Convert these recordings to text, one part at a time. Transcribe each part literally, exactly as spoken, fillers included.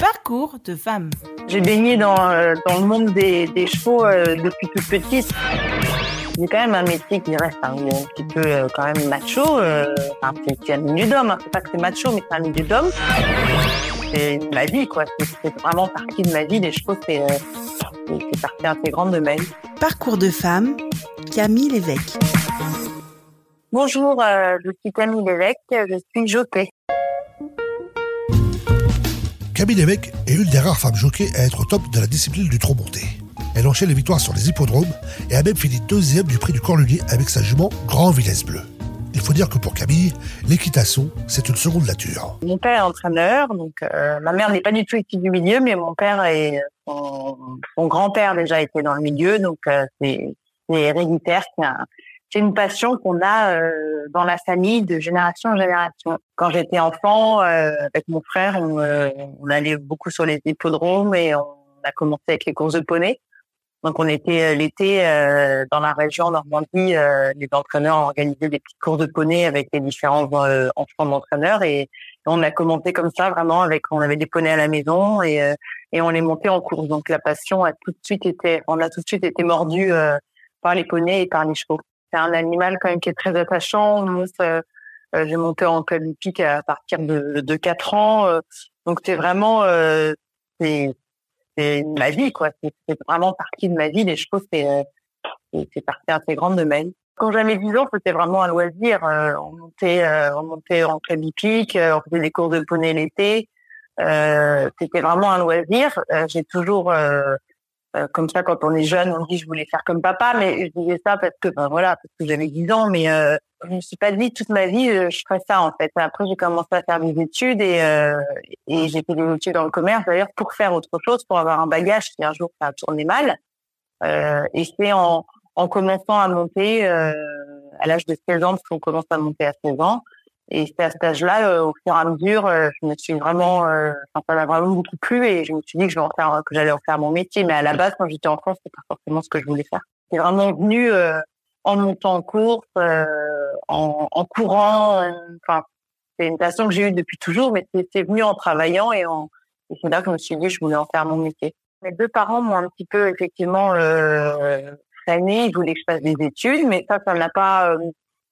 Parcours de femme. J'ai baigné dans, euh, dans le monde des, des chevaux euh, depuis toute petite. C'est quand même un métier qui reste un, un petit peu euh, quand même macho. Euh, enfin, c'est, c'est un milieu d'homme. Hein. C'est pas que c'est macho, mais c'est un milieu d'homme. C'est ma vie, quoi. C'est, c'est vraiment partie de ma vie. Les chevaux, c'est, euh, c'est, c'est partie intégrante de ma vie. Parcours de femme, Camille Lévesque. Bonjour, euh, je suis Camille Lévesque. Je suis jockey. Camille Lévesque est une des rares femmes jockeys à être au top de la discipline du trot monté. Elle enchaîne les victoires sur les hippodromes et a même fini deuxième du prix du Cornulier avec sa jument Grand Villesse Bleu. Il faut dire que pour Camille, l'équitation, c'est une seconde nature. Mon père est entraîneur, donc euh, ma mère n'est pas du tout issue du milieu, mais mon père et son, son grand-père déjà étaient dans le milieu, donc euh, c'est, c'est héréditaire. C'est, un, c'est une passion qu'on a euh, dans la famille de génération en génération. Quand j'étais enfant, euh, avec mon frère, on, euh, on allait beaucoup sur les hippodromes et on a commencé avec les courses de poney. Donc, on était l'été euh, dans la région Normandie, euh, les entraîneurs organisaient des petites courses de poney avec les différents euh, enfants d'entraîneurs et, et on a commencé comme ça vraiment avec, on avait des poneys à la maison et euh, et on les montait en course. Donc, la passion a tout de suite été, on a tout de suite été mordu euh, par les poneys et par les chevaux. C'est un animal quand même qui est très attachant. Moi, ça, euh, j'ai monté en club hippique à partir de, de quatre ans. Euh, donc, c'est vraiment, euh, c'est c'est ma vie, quoi. C'est, c'est vraiment partie de ma vie. Les chevaux, c'est, euh, c'est, c'est partie intégrante de ma vie. Quand j'avais dix ans, c'était vraiment un loisir. Euh, on montait, euh, on montait en club hippique, euh, on faisait des courses de poney l'été. Euh, c'était vraiment un loisir. Euh, j'ai toujours, euh, euh, comme ça, quand on est jeune, on dit je voulais faire comme papa, mais je disais ça parce que, ben voilà, parce que j'avais dix ans, mais euh, je me suis pas dit toute ma vie euh, je ferais ça en fait. Après j'ai commencé à faire des études et euh, et j'ai fait des études dans le commerce d'ailleurs pour faire autre chose, pour avoir un bagage si un jour ça a tourné mal. Euh, et c'est en en commençant à monter euh, à l'âge de seize ans, parce qu'on commence à monter à seize ans. Et c'est à cet âge-là, euh, au fur et à mesure, euh, je me suis vraiment, euh, enfin, ça m'a vraiment beaucoup plu et je me suis dit que je vais en faire, que j'allais en faire mon métier. Mais à la base, quand j'étais enfant, c'était pas forcément ce que je voulais faire. C'est vraiment venu euh, en montant en course, euh, en, en courant. euh, Enfin, c'est une passion que j'ai eue depuis toujours, mais c'est, c'est venu en travaillant et, en, et c'est là que je me suis dit que je voulais en faire mon métier. Mes deux parents m'ont un petit peu effectivement euh, freiné. Ils voulaient que je fasse des études, mais ça, ça n'a pas. Euh,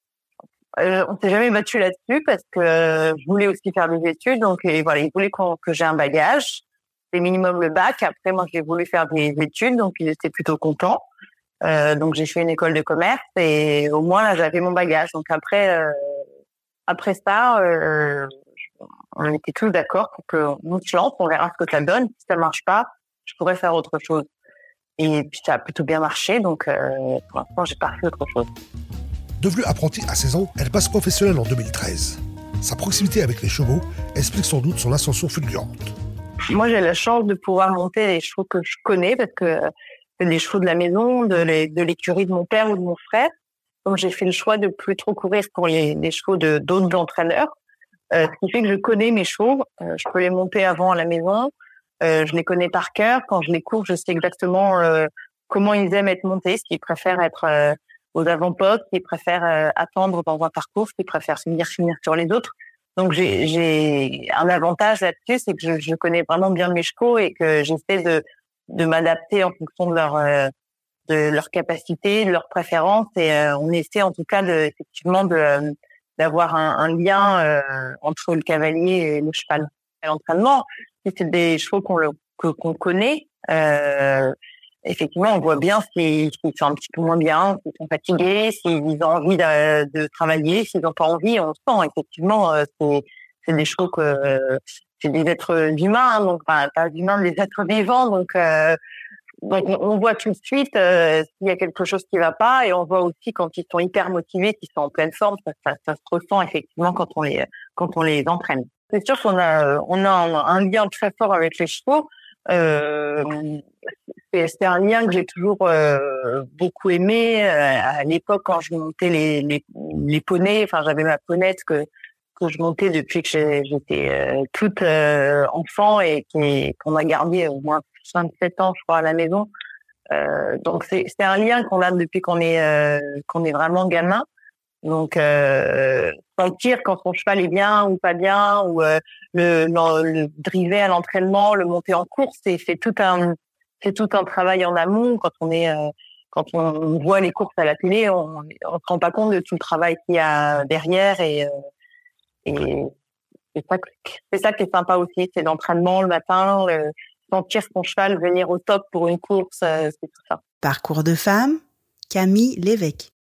Euh, on s'est jamais battu là-dessus parce que euh, je voulais aussi faire des études, donc et voilà, ils voulaient qu'on, que j'ai un bagage, c'est minimum le bac. Après, moi, j'ai voulu faire des études, donc ils étaient plutôt contents. Euh, donc j'ai fait une école de commerce et au moins là, j'avais mon bagage. Donc après, euh, après ça, euh, on était tous d'accord pour qu'on se lance, on verra ce que ça donne. Si ça marche pas, je pourrais faire autre chose. Et puis ça a plutôt bien marché, donc euh, pour l'instant, j'ai pas fait autre chose. Devenue apprentie à seize ans, elle passe professionnelle en deux mille treize. Sa proximité avec les chevaux explique sans doute son ascension fulgurante. Moi, j'ai la chance de pouvoir monter les chevaux que je connais parce que c'est des chevaux de la maison, de, les, de l'écurie de mon père ou de mon frère. Donc, j'ai fait le choix de plus trop courir pour les, les chevaux de d'autres entraîneurs. Euh, ce qui fait que je connais mes chevaux. Euh, je peux les monter avant à la maison. Euh, je les connais par cœur. Quand je les cours, je sais exactement euh, comment ils aiment être montés, s'ils préfèrent être euh, aux avant-postes, qui préfèrent euh, attendre dans un parcours, qui préfèrent finir finir sur les autres. Donc j'ai j'ai un avantage là-dessus, c'est que je, je connais vraiment bien mes chevaux et que j'essaie de de m'adapter en fonction de leur euh, de leur capacité, de leurs préférences et euh, on essaie en tout cas de effectivement de d'avoir un, un lien euh, entre le cavalier et le cheval. À l'entraînement, si c'est des chevaux qu'on le, que, qu'on connaît. Euh, Effectivement, on voit bien s'ils, s'ils sont un petit peu moins bien, s'ils sont fatigués, s'ils ont envie de, de travailler, s'ils n'ont pas envie, on sent effectivement, euh, c'est, c'est des chevaux que euh, c'est des êtres humains, donc enfin pas humains, des êtres vivants, donc euh, donc on voit tout de suite euh, s'il y a quelque chose qui va pas, et on voit aussi quand ils sont hyper motivés, qu'ils sont en pleine forme, ça, ça, ça se ressent effectivement quand on les quand on les entraîne. C'est sûr qu'on a on a un, un lien très fort avec les chevaux. Euh, c'est, c'est un lien que j'ai toujours euh, beaucoup aimé. Euh, à l'époque, quand je montais les les, les poneys, enfin j'avais ma ponette que que je montais depuis que j'ai, j'étais euh, toute euh, enfant et qui, qu'on a gardé au moins vingt-sept ans, je crois, à la maison. Euh, donc c'est c'est un lien qu'on a depuis qu'on est euh, qu'on est vraiment gamin. Donc, euh, sentir quand son cheval est bien ou pas bien, ou euh, le, le, le driver à l'entraînement, le monter en course, c'est, c'est tout un, c'est tout un travail en amont. Quand on est, euh, quand on voit les courses à la télé, on, on se rend pas compte de tout le travail qu'il y a derrière, et, euh, et c'est ça, c'est ça qui est sympa aussi, c'est l'entraînement le matin, le, sentir son cheval venir au top pour une course, euh, c'est tout ça. Parcours de femme, Camille Lévesque.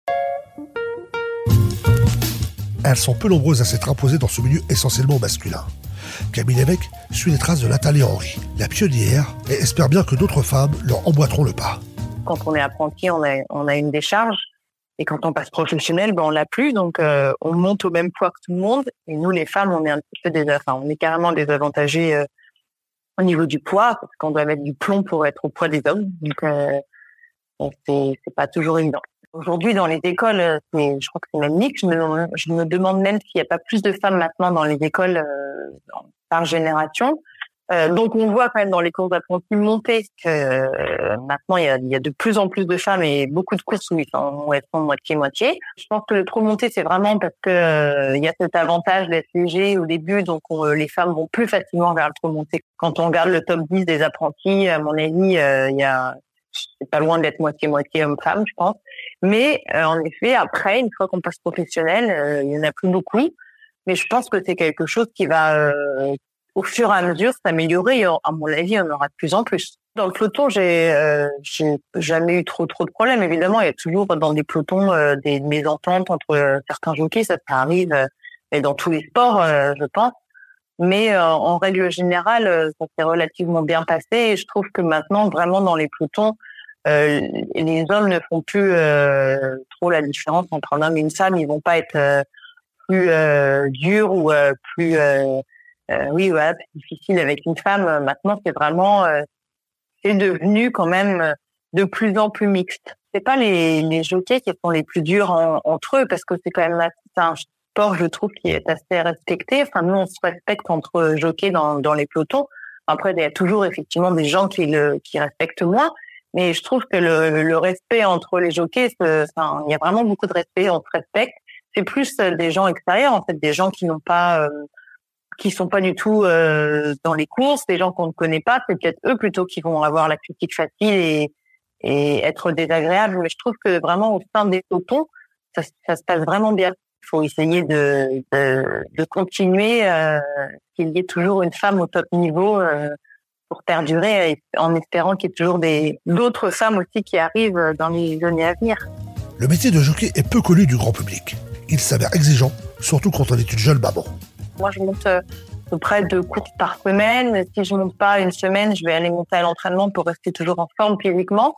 Elles sont peu nombreuses à s'être imposées dans ce milieu essentiellement masculin. Camille Lévesque suit les traces de Nathalie Henry, la pionnière, et espère bien que d'autres femmes leur emboîteront le pas. Quand on est apprenti, on a, on a une décharge, et quand on passe professionnel, ben on l'a plus, donc euh, on monte au même poids que tout le monde. Et nous, les femmes, on est un petit peu des, enfin, on est carrément désavantagés euh, au niveau du poids, parce qu'on doit mettre du plomb pour être au poids des hommes. Donc, euh, donc c'est, c'est pas toujours évident. Aujourd'hui, dans les écoles, c'est, je crois que c'est même mixte. Je me, je me demande même s'il n'y a pas plus de femmes maintenant dans les écoles euh, par génération. Euh, donc, on voit quand même dans les courses d'apprentis monter que euh, maintenant, il y, a, il y a de plus en plus de femmes et beaucoup de courses où, ils sont, où elles sont moitié-moitié. Je pense que le trop monté, c'est vraiment parce que euh, il y a cet avantage d'être léger au début, donc on, les femmes vont plus facilement vers le trop monté. Quand on regarde le top dix des apprentis, à mon avis, euh, il y a, c'est pas loin d'être moitié-moitié homme-femme, je pense. Mais euh, en effet, après, une fois qu'on passe professionnel, euh, il y en a plus beaucoup. Mais je pense que c'est quelque chose qui va, euh, au fur et à mesure, s'améliorer. Et à mon avis, il y en aura de plus en plus. Dans le peloton, j'ai, euh, j'ai jamais eu trop trop de problèmes. Évidemment, il y a toujours dans des pelotons euh, des mésententes entre euh, certains jockeys, ça, ça arrive, euh, et dans tous les sports, euh, je pense. Mais euh, en règle générale, euh, ça s'est relativement bien passé. Et je trouve que maintenant, vraiment dans les pelotons, euh, les hommes ne font plus euh, trop la différence entre un homme et une femme. Ils vont pas être euh, plus euh, durs ou euh, plus, euh, euh, oui, voilà, plus difficile avec une femme. Maintenant, c'est vraiment, euh, c'est devenu quand même de plus en plus mixte. C'est pas les, les jockeys qui sont les plus durs en, entre eux, parce que c'est quand même c'est un sport, je trouve, qui est assez respecté. Enfin, nous, on se respecte entre jockeys dans, dans les pelotons. Après, il y a toujours effectivement des gens qui le qui respectent moins. Mais je trouve que le, le respect entre les jockeys, enfin, il y a vraiment beaucoup de respect, on se respecte. C'est plus des gens extérieurs, en fait, des gens qui n'ont pas, euh, qui sont pas du tout euh, dans les courses, des gens qu'on ne connaît pas. C'est peut-être eux plutôt qui vont avoir la critique facile et, et être désagréables. Mais je trouve que vraiment au sein des pelotons, ça, ça se passe vraiment bien. Il faut essayer de, de, de continuer, euh, qu'il y ait toujours une femme au top niveau. Euh, pour perdurer, en espérant qu'il y ait toujours des, d'autres femmes aussi qui arrivent dans les années à venir. Le métier de jockey est peu connu du grand public. Il s'avère exigeant, surtout quand on est une jeune maman. Moi, je monte à peu près deux courses par semaine. Si je monte pas une semaine, je vais aller monter à l'entraînement pour rester toujours en forme physiquement.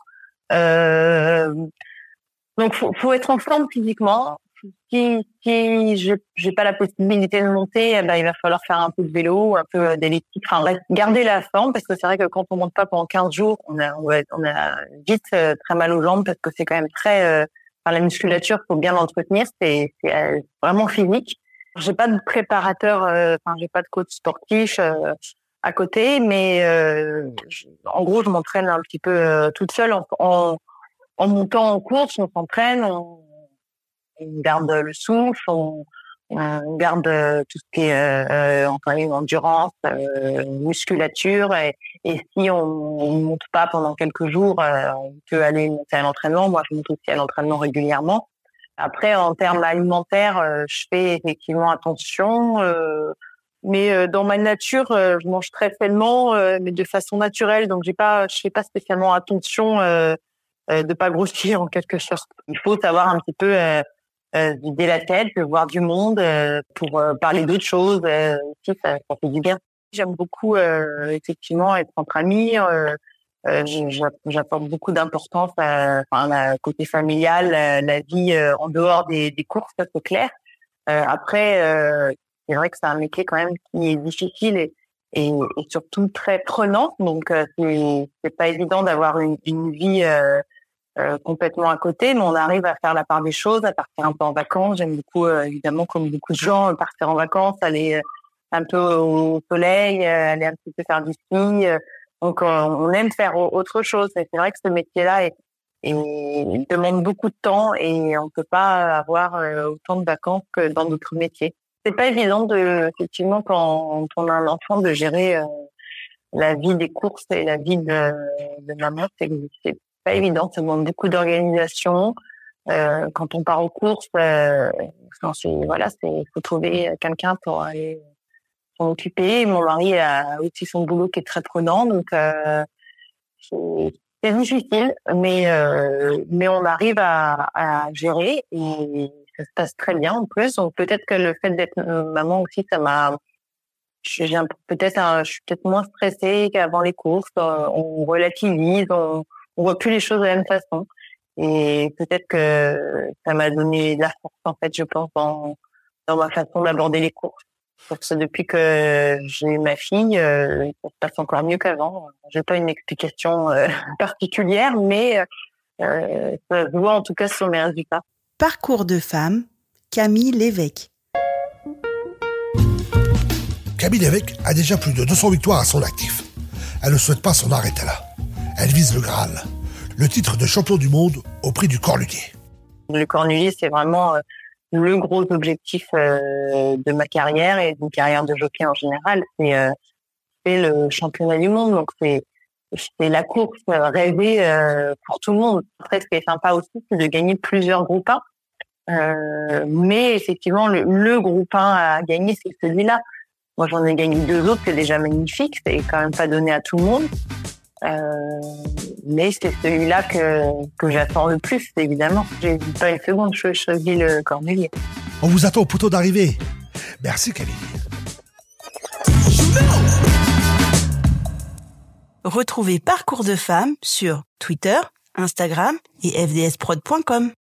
Euh, donc, faut, faut être en forme physiquement. Si, si je j'ai pas la possibilité de monter, eh ben, il va falloir faire un peu de vélo, un peu d'elliptique, enfin garder la forme, parce que c'est vrai que quand on monte pas pendant quinze jours, on a on a, on a vite euh, très mal aux jambes, parce que c'est quand même très, euh, enfin, la musculature, faut bien l'entretenir, c'est, c'est euh, vraiment physique. J'ai pas de préparateur, euh, enfin j'ai pas de coach sportif euh, à côté, mais euh, je, en gros je m'entraîne un petit peu euh, toute seule en, en en montant en course, on s'entraîne, on on garde le souffle, on, on garde tout ce qui est euh, enfin, endurance, euh, musculature, et, et si on ne monte pas pendant quelques jours, euh, on peut aller monter à l'entraînement. Moi, je monte aussi à l'entraînement régulièrement. Après, en termes alimentaires, euh, je fais effectivement attention, euh, mais euh, dans ma nature, euh, je mange très sainement, euh, mais de façon naturelle, donc j'ai pas, je fais pas spécialement attention euh, euh, de pas grossir en quelque sorte. Il faut savoir un petit peu euh, Euh, vider la tête, voir du monde, euh, pour euh, parler d'autres choses, euh, aussi, ça, ça fait du bien. J'aime beaucoup euh, effectivement être entre amis. Euh, euh, j'apporte beaucoup d'importance à, enfin, à côté familial, la, la vie euh, en dehors des, des courses, ça c'est clair. Euh, après, euh, c'est vrai que c'est un métier quand même qui est difficile et, et, et surtout très prenant. Donc euh, c'est, c'est pas évident d'avoir une, une vie euh, Euh, complètement à côté, mais on arrive à faire la part des choses, à partir un peu en vacances. J'aime beaucoup, euh, évidemment, comme beaucoup de gens, partir en vacances, aller euh, un peu au soleil, euh, aller un petit peu faire du ski. Euh, donc, euh, on aime faire autre chose. Et c'est vrai que ce métier-là est, et il demande beaucoup de temps et on peut pas avoir autant de vacances que dans d'autres métiers. C'est pas évident de, effectivement, quand on a un enfant, de gérer euh, la vie des courses et la vie de, de maman. C'est, c'est pas évident, ça demande beaucoup d'organisation. Euh, quand on part aux courses, euh, c'est, voilà, c'est, faut trouver quelqu'un pour aller s'en occuper. Mon mari a aussi son boulot qui est très prenant, donc euh, c'est, c'est difficile, mais euh, mais on arrive à, à gérer et ça se passe très bien en plus. Donc peut-être que le fait d'être maman aussi, ça m'a, j'ai un, peut-être, un, je suis peut-être moins stressée qu'avant les courses. On relativise, on, on voit plus les choses de la même façon. Et peut-être que ça m'a donné de la force, en fait, je pense, dans, dans ma façon d'aborder les courses. Parce que depuis que j'ai ma fille, euh, ça se passe encore mieux qu'avant. J'ai pas une explication euh, particulière, mais euh, ça se voit en tout cas sur mes résultats. Parcours de femme, Camille Lévesque. Camille Lévesque a déjà plus de deux cents victoires à son actif. Elle ne souhaite pas s'en arrêter là. Elle vise le Graal, le titre de champion du monde au prix du Cornulier. Le Cornulier, c'est vraiment le gros objectif de ma carrière et d'une carrière de jockey en général. C'est, c'est le championnat du monde, donc c'est, c'est la course rêvée pour tout le monde. Après, ce qui est sympa aussi, c'est de gagner plusieurs groupes un. Euh, mais effectivement, le, le groupe un à gagner, c'est celui-là. Moi, j'en ai gagné deux autres, c'est déjà magnifique. C'est quand même pas donné à tout le monde. Euh, mais c'est celui-là que, que j'attends le plus, évidemment. J'ai pas une seconde, je choisis le Cornulier. On vous attend au poteau d'arrivée. Merci, Camille. Retrouvez Parcours de femme sur Twitter, Instagram et f d s prod point com.